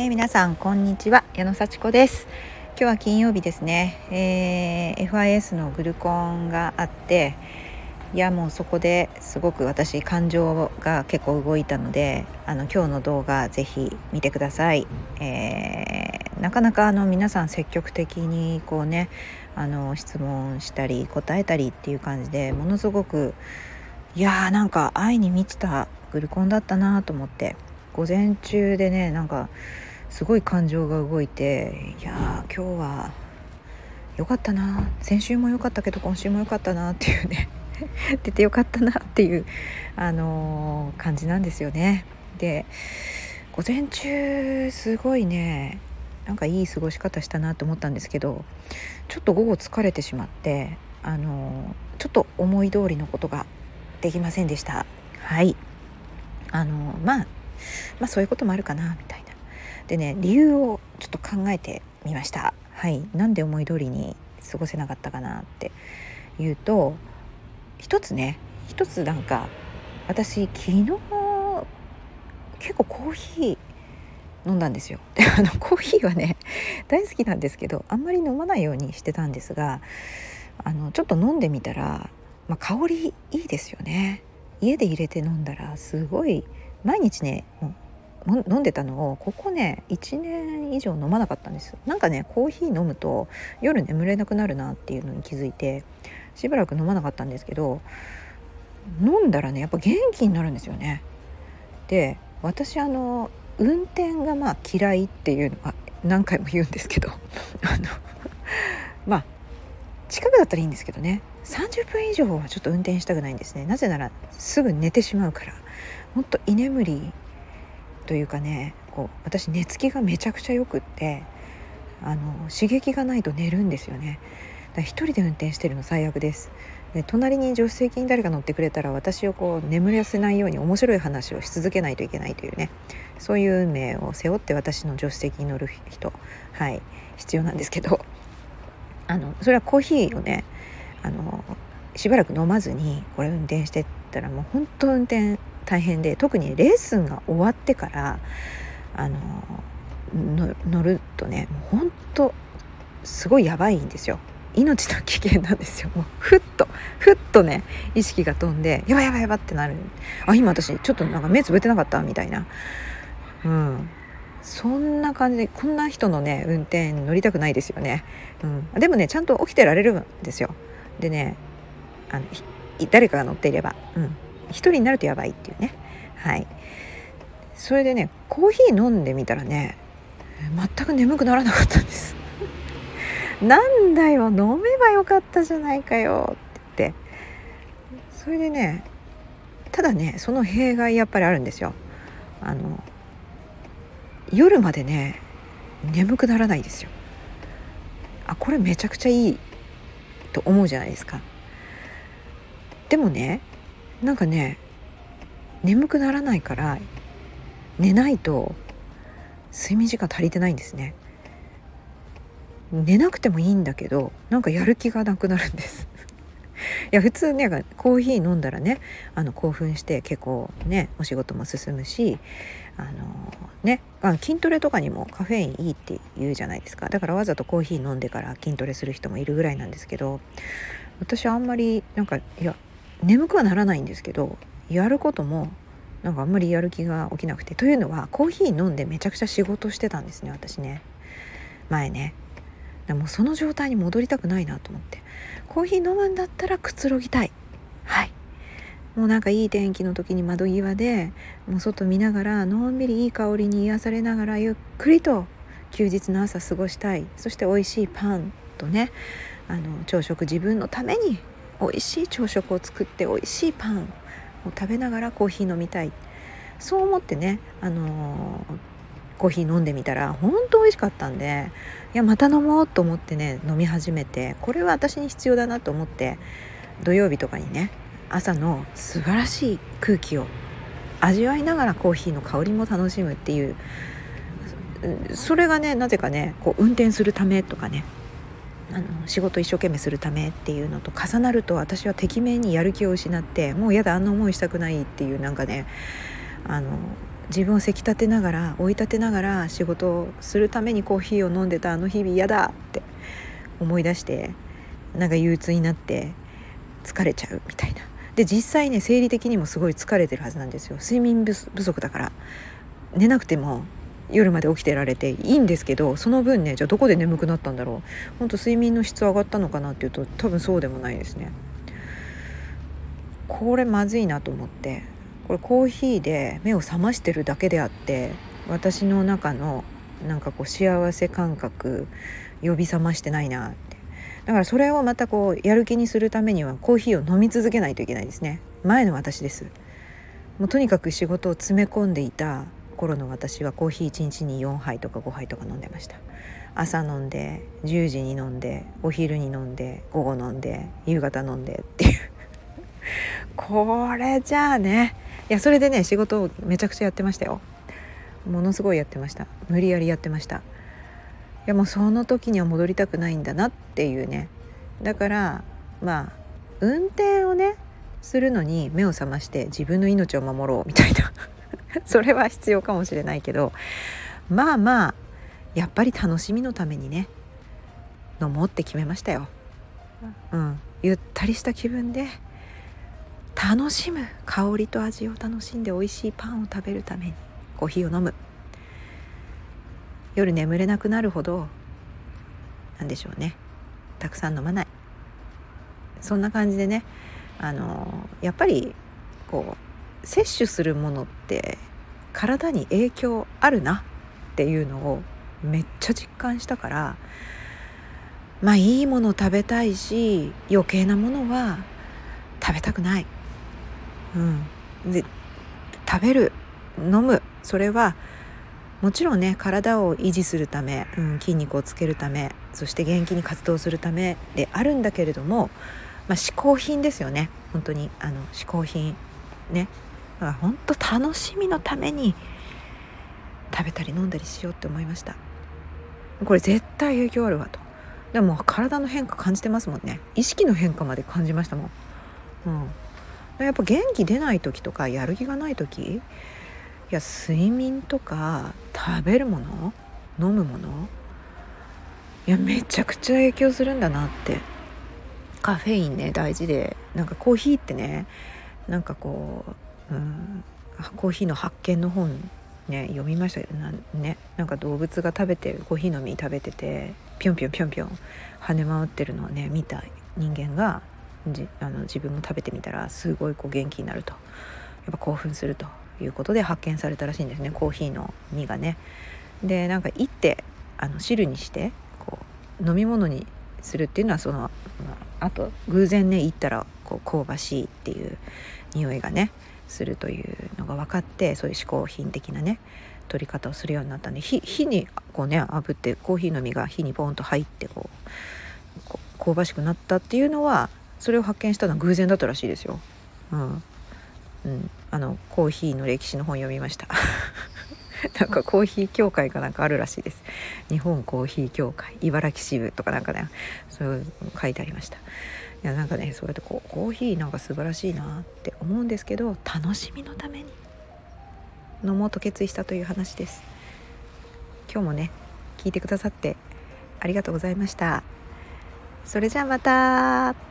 皆さんこんにちは、矢野幸子です。今日は金曜日ですね。FIS のグルコンがあって、もうそこですごく私感情が結構動いたので、今日の動画ぜひ見てください。なかなか皆さん積極的にこうね、質問したり答えたりっていう感じで、ものすごくなんか愛に満ちたグルコンだったなと思って、午前中でね、なんかすごい感情が動いて、今日は良かったな、先週も良かったけど今週も良かったなっていうね出て良かったなっていう、感じなんですよね。で、午前中すごいね、なんかいい過ごし方したなと思ったんですけど、ちょっと午後疲れてしまって、ちょっと思い通りのことができませんでした。はい。まあそういうこともあるかなみたいな。でね、理由をちょっと考えてみました。はい。なんで思い通りに過ごせなかったかなっていうと、一つなんか私昨日結構コーヒー飲んだんですよ。でコーヒーはね大好きなんですけど、あんまり飲まないようにしてたんですが、ちょっと飲んでみたら、香りいいですよね。家で入れて飲んだらすごい、毎日ね飲んでたのをここね1年以上飲まなかったんです。なんかね、コーヒー飲むと夜眠れなくなるなっていうのに気づいて、しばらく飲まなかったんですけど、飲んだらねやっぱ元気になるんですよね。で、私運転が嫌いっていうのは何回も言うんですけどまあ近くだったらいいんですけどね、30分以上はちょっと運転したくないんですね。なぜならすぐ寝てしまうから。もっと居眠りというかね、私寝つきがめちゃくちゃよくって、刺激がないと寝るんですよね。だから一人で運転してるの最悪です。で、隣に助手席に誰か乗ってくれたら、私を眠らせないように面白い話をし続けないといけないというね、そういう運命を背負って私の助手席に乗る人、必要なんですけど、それはコーヒーをね、しばらく飲まずにこれ運転してったら、もう本当運転大変で、特にレッスンが終わってから乗るとね、もう本当すごいやばいんですよ。命の危険なんですよ。もうふっとね意識が飛んで、やばいってなる。今私ちょっとなんか目つぶってなかったみたいな、そんな感じで、こんな人のね運転乗りたくないですよね。でもね、ちゃんと起きてられるんですよ。でね、誰かが乗っていれば、一人になるとやばいっていうね。それでね、コーヒー飲んでみたらね、全く眠くならなかったんですなんだよ、飲めばよかったじゃないかよって言って。それでね、ただね、その弊害やっぱりあるんですよ。夜までね眠くならないですよ。これめちゃくちゃいいと思うじゃないですか。でもね、なんかね、眠くならないから寝ないと睡眠時間足りてないんですね。寝なくてもいいんだけど、なんかやる気がなくなるんです普通ね、コーヒー飲んだらね、興奮して結構ねお仕事も進むし、筋トレとかにもカフェインいいって言うじゃないですか。だからわざとコーヒー飲んでから筋トレする人もいるぐらいなんですけど、私はあんまり眠くはならないんですけど、やることもなんかあんまりやる気が起きなくて。というのは、コーヒー飲んでめちゃくちゃ仕事してたんですね、私ね、前ね。でもその状態に戻りたくないなと思って、コーヒー飲むんだったらくつろぎたい。もうなんかいい天気の時に窓際でもう外見ながら、のんびりいい香りに癒されながら、ゆっくりと休日の朝過ごしたい。そして美味しいパンとね、朝食、自分のために美味しい朝食を作って美味しいパンを食べながらコーヒー飲みたい。そう思ってね、コーヒー飲んでみたら本当美味しかったんで、また飲もうと思ってね飲み始めて、これは私に必要だなと思って、土曜日とかにね、朝の素晴らしい空気を味わいながらコーヒーの香りも楽しむっていう、それがね、なぜかね、運転するためとかね、仕事一生懸命するためっていうのと重なると、私はてきめんにやる気を失って、もうやだ、あんな思いしたくないっていう、なんかね、 自分をせき立てながら追い立てながら仕事をするためにコーヒーを飲んでたあの日々嫌だって思い出して、なんか憂鬱になって疲れちゃうみたいな。で実際ね、生理的にもすごい疲れてるはずなんですよ。睡眠不足だから、寝なくても夜まで起きてられていいんですけど、その分ね、じゃあどこで眠くなったんだろう。本当睡眠の質上がったのかなっていうと、多分そうでもないですね。これまずいなと思って、これコーヒーで目を覚ましてるだけであって、私の中のなんかこう幸せ感覚呼び覚ましてないなって。だからそれをまたこうやる気にするためにはコーヒーを飲み続けないといけないですね。前の私です。もうとにかく仕事を詰め込んでいた頃の私はコーヒー1日に4杯とか5杯とか飲んでました。朝飲んで、10時に飲んで、お昼に飲んで、午後飲んで、夕方飲んでっていうこれじゃあね、いやそれでね、仕事をめちゃくちゃやってましたよ。ものすごいやってました。無理やりやってました。いやもうその時には戻りたくないんだなっていうね。だからまあ運転をねするのに目を覚まして自分の命を守ろうみたいなそれは必要かもしれないけど、まあまあやっぱり楽しみのためにね飲もうって決めましたよ。ゆったりした気分で楽しむ、香りと味を楽しんで美味しいパンを食べるためにコーヒーを飲む。夜眠れなくなるほどなんでしょうね、たくさん飲まない。そんな感じでね、やっぱりこう摂取するものって体に影響あるなっていうのをめっちゃ実感したから、まあいいものを食べたいし余計なものは食べたくない。で食べる、飲む、それはもちろんね体を維持するため、筋肉をつけるため、そして元気に活動するためであるんだけれども、嗜好品ですよね。本当に嗜好品ね。だから本当楽しみのために食べたり飲んだりしようって思いました。これ絶対影響あるわと。でも体の変化感じてますもんね。意識の変化まで感じましたもん。やっぱ元気出ない時とかやる気がない時、いや睡眠とか食べるもの、飲むもの、いやめちゃくちゃ影響するんだなって。カフェインね大事で、なんかコーヒーってね、なんかこう、コーヒーの発見の本ね読みましたけどなんか動物が食べてるコーヒーの実食べててぴょんぴょんぴょんぴょん跳ね回ってるのをね見た人間が自分も食べてみたらすごいこう元気になると、やっぱ興奮するということで発見されたらしいんですね、コーヒーの実がね。でなんかいって汁にしてこう飲み物にするっていうのはあと偶然ねいったらこう香ばしいっていう匂いがねするというのが分かって、そういう嗜好品的なね取り方をするようになったんで、火にこうね炙ってコーヒーの実が火にポンと入ってこう香ばしくなったっていうのは、それを発見したのは偶然だったらしいですよ。コーヒーの歴史の本読みましたなんかコーヒー協会かなんかあるらしいです。日本コーヒー協会茨城支部とかなんかね、そういうの書いてありました。いやなんかね、そうやってコーヒーなんか素晴らしいなって思うんですけど、楽しみのために飲もうと決意したという話です。今日もね聞いてくださってありがとうございました。それじゃあまた。